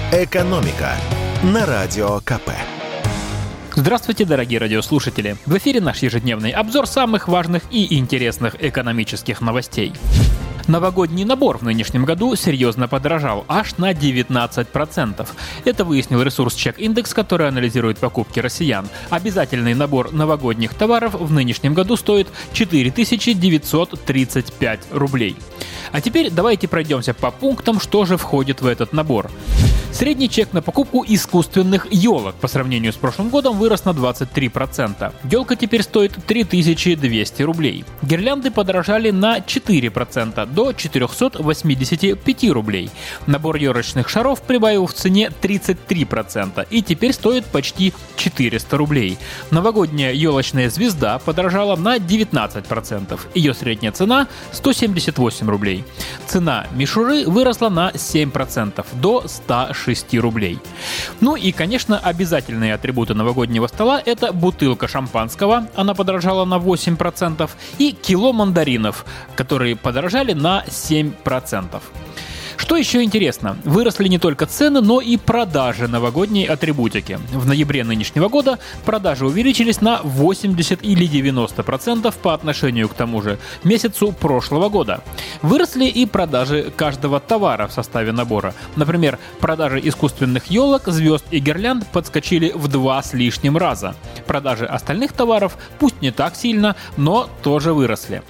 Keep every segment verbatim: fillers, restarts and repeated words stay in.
«Экономика» на Радио КП. Здравствуйте, дорогие радиослушатели! В эфире наш ежедневный обзор самых важных и интересных экономических новостей. Новогодний набор в нынешнем году серьезно подорожал, аж на девятнадцать процентов. Это выяснил ресурс Чек-Индекс, который анализирует покупки россиян. Обязательный набор новогодних товаров в нынешнем году стоит четыре тысячи девятьсот тридцать пять рублей. А теперь давайте пройдемся по пунктам, что же входит в этот набор. Средний чек на покупку искусственных елок по сравнению с прошлым годом вырос на двадцать три процента. Елка теперь стоит три тысячи двести рублей. Гирлянды подорожали на четыре процента до четыреста восемьдесят пять рублей. Набор елочных шаров прибавил в цене тридцать три процента и теперь стоит почти четыреста рублей. Новогодняя елочная звезда подорожала на девятнадцать процентов. Ее средняя цена сто семьдесят восемь рублей. Цена мишуры выросла на семь процентов до ста шести рублей. Ну и, конечно, обязательные атрибуты новогоднего стола — это бутылка шампанского, она подорожала на восемь процентов, и кило мандаринов, которые подорожали на семь процентов. Что еще интересно, выросли не только цены, но и продажи новогодней атрибутики. В ноябре нынешнего года продажи увеличились на восемьдесят или девяносто процентов по отношению к тому же месяцу прошлого года. Выросли и продажи каждого товара в составе набора. Например, продажи искусственных елок, звезд и гирлянд подскочили в два с лишним раза. Продажи остальных товаров, пусть не так сильно, но тоже выросли.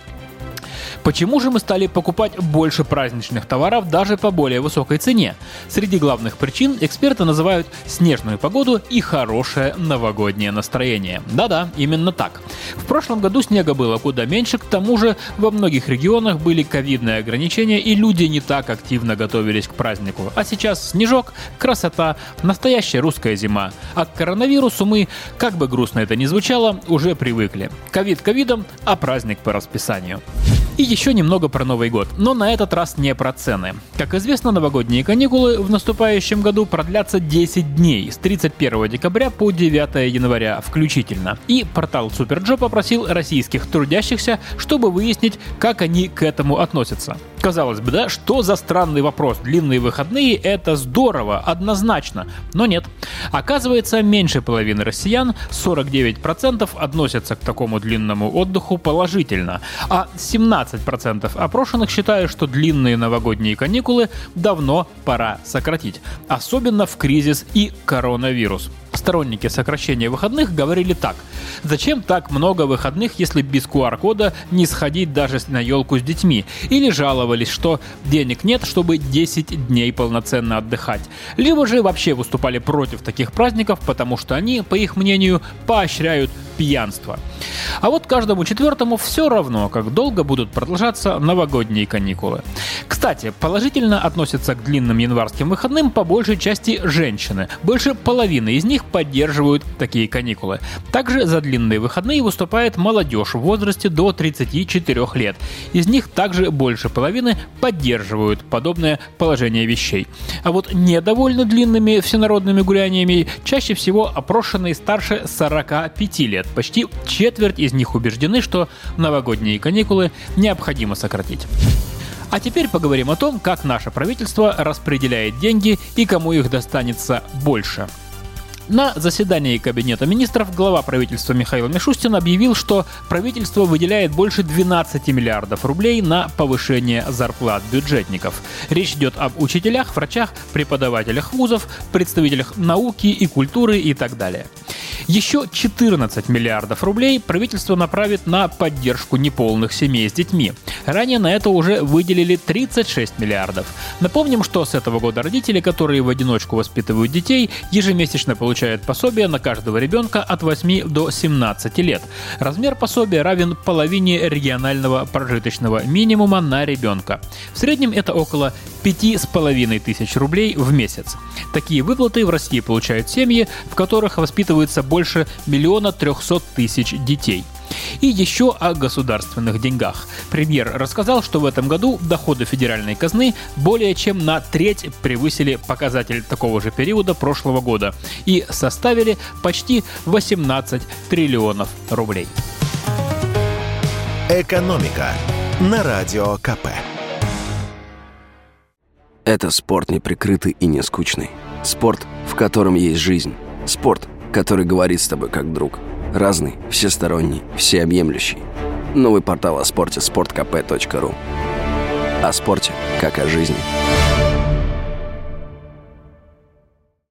Почему же мы стали покупать больше праздничных товаров даже по более высокой цене? Среди главных причин эксперты называют снежную погоду и хорошее новогоднее настроение. Да-да, именно так. В прошлом году снега было куда меньше, к тому же во многих регионах были ковидные ограничения и люди не так активно готовились к празднику. А сейчас снежок, красота, настоящая русская зима. А к коронавирусу мы, как бы грустно это ни звучало, уже привыкли. Ковид ковидом, а праздник по расписанию. И еще немного про Новый год, но на этот раз не про цены. Как известно, новогодние каникулы в наступающем году продлятся десять дней, с тридцать первого декабря по девятого января включительно. И портал Суперджоп попросил российских трудящихся, чтобы выяснить, как они к этому относятся. Казалось бы, да, что за странный вопрос? Длинные выходные — это здорово, однозначно. Но нет. Оказывается, меньше половины россиян, сорок девять процентов, относятся к такому длинному отдыху положительно, а семнадцать процентов опрошенных считают, что длинные новогодние каникулы давно пора сократить, особенно в кризис и коронавирус. Сторонники сокращения выходных говорили так: зачем так много выходных, если без ку ар-кода не сходить даже на елку с детьми? Или жаловались, что денег нет, чтобы десять дней полноценно отдыхать. Либо же вообще выступали против таких праздников, потому что они, по их мнению, поощряют пьянство. А вот каждому четвертому все равно, как долго будут продолжаться новогодние каникулы. Кстати, положительно относятся к длинным январским выходным по большей части женщины. Больше половины из них поддерживают такие каникулы. Также за длинные выходные выступает молодежь в возрасте до тридцати четырёх лет. Из них также больше половины поддерживают подобное положение вещей. А вот недовольны длинными всенародными гуляниями чаще всего опрошенные старше сорока пяти лет. Почти четверть из них убеждены, что новогодние каникулы необходимо сократить. А теперь поговорим о том, как наше правительство распределяет деньги и кому их достанется больше. На заседании Кабинета министров глава правительства Михаил Мишустин объявил, что правительство выделяет больше двенадцати миллиардов рублей на повышение зарплат бюджетников. Речь идет об учителях, врачах, преподавателях вузов, представителях науки и культуры и так далее. Еще четырнадцать миллиардов рублей правительство направит на поддержку неполных семей с детьми. Ранее на это уже выделили тридцать шесть миллиардов. Напомним, что с этого года родители, которые в одиночку воспитывают детей, ежемесячно получают пособие на каждого ребенка от восьми до семнадцати лет. Размер пособия равен половине регионального прожиточного минимума на ребенка. В среднем это около пяти с половиной тысяч рублей в месяц. Такие выплаты в России получают семьи, в которых воспитывается больше миллиона трехсот тысяч детей. И еще о государственных деньгах. Премьер рассказал, что в этом году доходы федеральной казны более чем на треть превысили показатель такого же периода прошлого года и составили почти восемнадцать триллионов рублей. Экономика на Радио КП. Это спорт неприкрытый и не скучный. Спорт, в котором есть жизнь. Спорт, который говорит с тобой как друг. Разный, всесторонний, всеобъемлющий. Новый портал о спорте – спорт кэ пэ точка ру. О спорте, как о жизни.